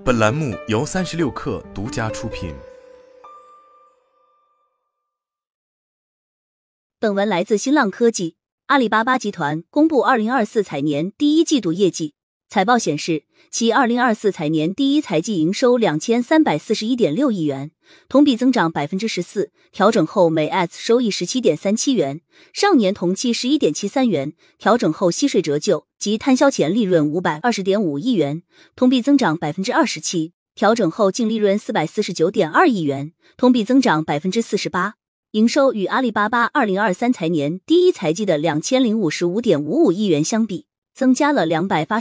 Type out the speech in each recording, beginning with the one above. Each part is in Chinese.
本栏目由36氪独家出品。 本文来自新浪科技。阿里巴巴集团公布2024财年第一季度业绩，财报显示，其2024财年第一财季营收2341.6亿元，同比增长 14%， 调整后每 ADS 收益 17.37 元，上年同期 11.73 元，调整后息税折旧及摊销前利润 520.5 亿元，同比增长 27%， 调整后净利润 449.2 亿元，同比增长 48%。营收与阿里巴巴2023财年第一财季的 2055.55 亿元相比，增加了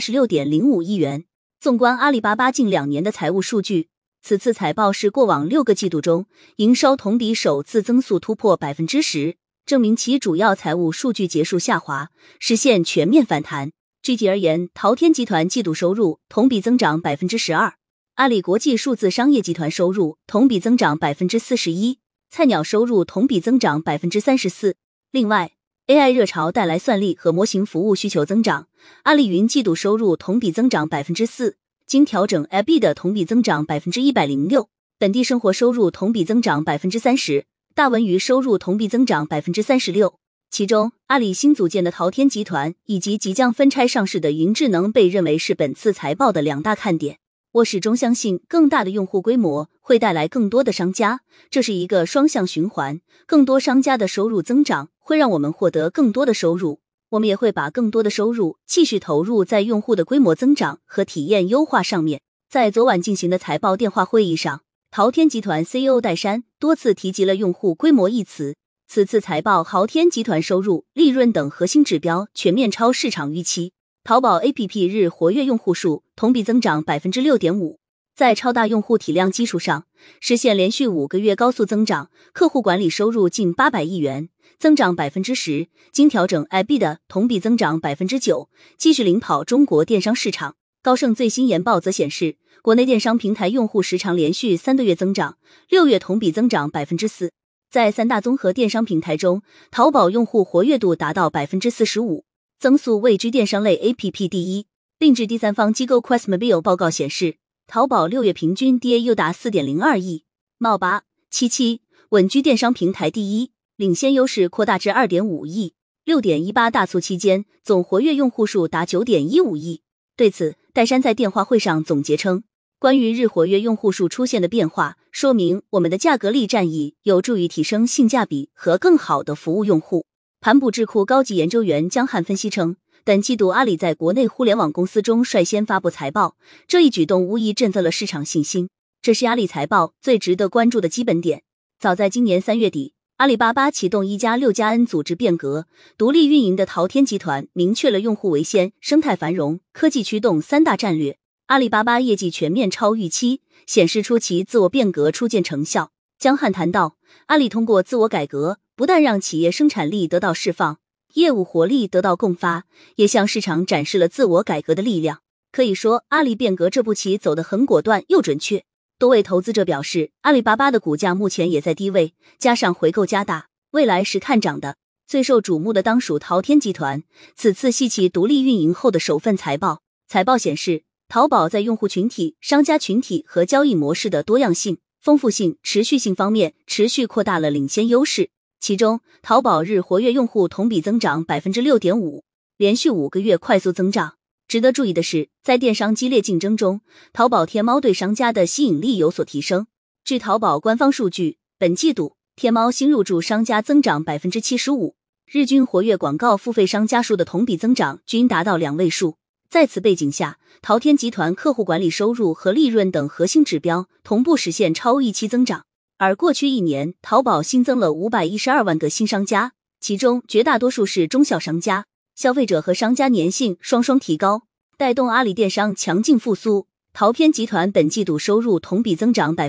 286.05 亿元。纵观阿里巴巴近2年的财务数据，此次财报是过往6个季度中营收同比首次增速突破 10%， 证明其主要财务数据结束下滑，实现全面反弹。具体而言，淘天集团季度收入同比增长 12%， 阿里国际数字商业集团收入同比增长 41%，菜鸟收入同比增长 34%。 另外 AI 热潮带来算力和模型服务需求增长，阿里云季度收入同比增长 4%， 经调整 EBITDA 同比增长 106%， 本地生活收入同比增长 30%， 大文娱收入同比增长 36%。 其中阿里新组建的淘天集团以及即将分拆上市的云智能被认为是本次财报的2大看点。我始终相信更大的用户规模会带来更多的商家，这是一个双向循环，更多商家的收入增长会让我们获得更多的收入，我们也会把更多的收入继续投入在用户的规模增长和体验优化上面。在昨晚进行的财报电话会议上，淘天集团 CEO 戴珊多次提及了用户规模一词。此次财报淘天集团收入、利润等核心指标全面超市场预期。淘宝 APP 日活跃用户数同比增长 6.5%， 在超大用户体量基础上实现连续5个月高速增长，客户管理收入近800亿元，增长 10%， 经调整 EBITDA 同比增长 9%， 继续领跑中国电商市场。高盛最新研报则显示，国内电商平台用户时长连续3个月增长，6月同比增长 4%。 在3大综合电商平台中，淘宝用户活跃度达到 45%，增速位居电商类 APP 第一。另据第三方机构 QuestMobile 报告显示，淘宝6月平均 DAU 达 4.02 亿，冒8、77稳居电商平台第一，领先优势扩大至 2.5 亿。6.18 大促期间总活跃用户数达 9.15 亿。对此，戴珊在电话会上总结称，关于日活跃用户数出现的变化，说明我们的价格力战役有助于提升性价比和更好的服务用户。盘补智库高级研究员江汉分析称，本季度阿里在国内互联网公司中率先发布财报，这一举动无疑振奋了市场信心，这是阿里财报最值得关注的基本点。早在今年3月底，阿里巴巴启动1+6+N 组织变革，独立运营的淘天集团明确了用户为先、生态繁荣、科技驱动3大战略。阿里巴巴业绩全面超预期，显示出其自我变革初见成效。江汉谈到，阿里通过自我改革，不但让企业生产力得到释放，业务活力得到迸发，也向市场展示了自我改革的力量。可以说，阿里变革这步棋走得很果断又准确。多位投资者表示，阿里巴巴的股价目前也在低位，加上回购加大，未来是看涨的。最受瞩目的当属淘天集团，此次系其独立运营后的首份财报。财报显示，淘宝在用户群体、商家群体和交易模式的多样性、丰富性、持续性方面持续扩大了领先优势。其中，淘宝日活跃用户同比增长 6.5%， 连续5个月快速增长。值得注意的是，在电商激烈竞争中，淘宝天猫对商家的吸引力有所提升。据淘宝官方数据，本季度天猫新入驻商家增长 75%， 日均活跃广告付费商家数的同比增长均达到2位数。在此背景下，淘天集团客户管理收入和利润等核心指标同步实现超预期增长。而过去1年，淘宝新增了512万个新商家，其中绝大多数是中小商家，消费者和商家粘性双双提高，带动阿里电商强劲复苏。淘天集团本季度收入同比增长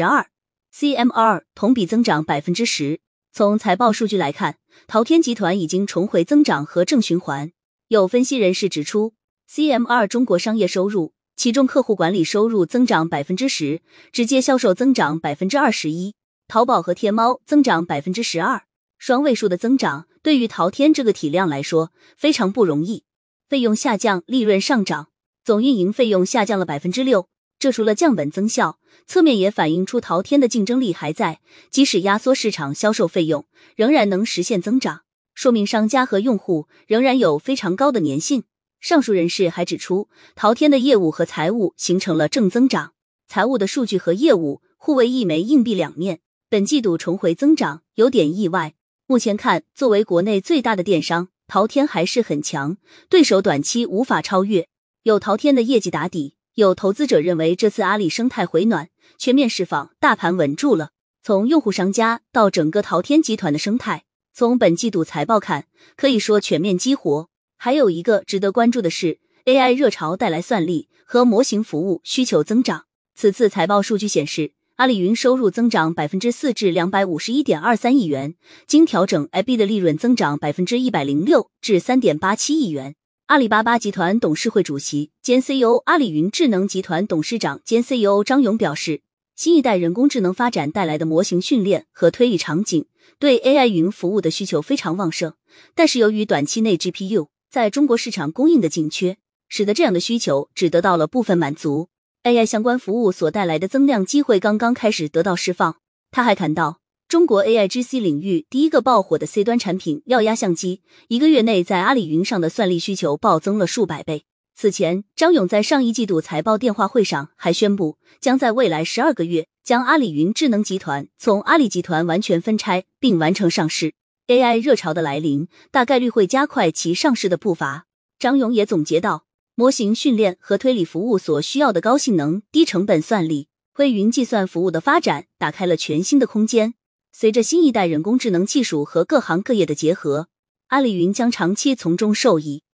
12%，CMR 同比增长 10%。从财报数据来看，淘天集团已经重回增长和正循环。有分析人士指出， CMR 中国商业收入，其中客户管理收入增长 10%， 直接销售增长 21%， 淘宝和天猫增长 12%， 双位数的增长对于淘天这个体量来说非常不容易。费用下降，利润上涨，总运营费用下降了 6%， 这除了降本增效，侧面也反映出淘天的竞争力还在，即使压缩市场销售费用，仍然能实现增长，说明商家和用户仍然有非常高的粘性。上述人士还指出，淘天的业务和财务形成了正增长，财务的数据和业务互为一枚硬币两面，本季度重回增长有点意外。目前看，作为国内最大的电商，淘天还是很强，对手短期无法超越。有淘天的业绩打底，有投资者认为这次阿里生态回暖，全面释放，大盘稳住了。从用户商家到整个淘天集团的生态，从本季度财报看，可以说全面激活。还有一个值得关注的是 AI 热潮带来算力和模型服务需求增长。此次财报数据显示，阿里云收入增长 4% 至 251.23 亿元，经调整 EBIT 的利润增长 106% 至 3.87 亿元。阿里巴巴集团董事会主席兼 CEO 阿里云智能集团董事长兼 CEO 张勇表示，新一代人工智能发展带来的模型训练和推理场景对 AI 云服务的需求非常旺盛，但是由于短期内 GPU 在中国市场供应的紧缺，使得这样的需求只得到了部分满足。AI 相关服务所带来的增量机会刚刚开始得到释放。他还谈到，中国 AIGC 领域第一个爆火的 C 端产品耀压相机，1个月内在阿里云上的算力需求暴增了数百倍。此前，张勇在上一季度财报电话会上还宣布，将在未来12个月将阿里云智能集团从阿里集团完全分拆并完成上市。AI 热潮的来临，大概率会加快其上市的步伐。张勇也总结到，模型训练和推理服务所需要的高性能、低成本算力，为云计算服务的发展打开了全新的空间。随着新一代人工智能技术和各行各业的结合，阿里云将长期从中受益。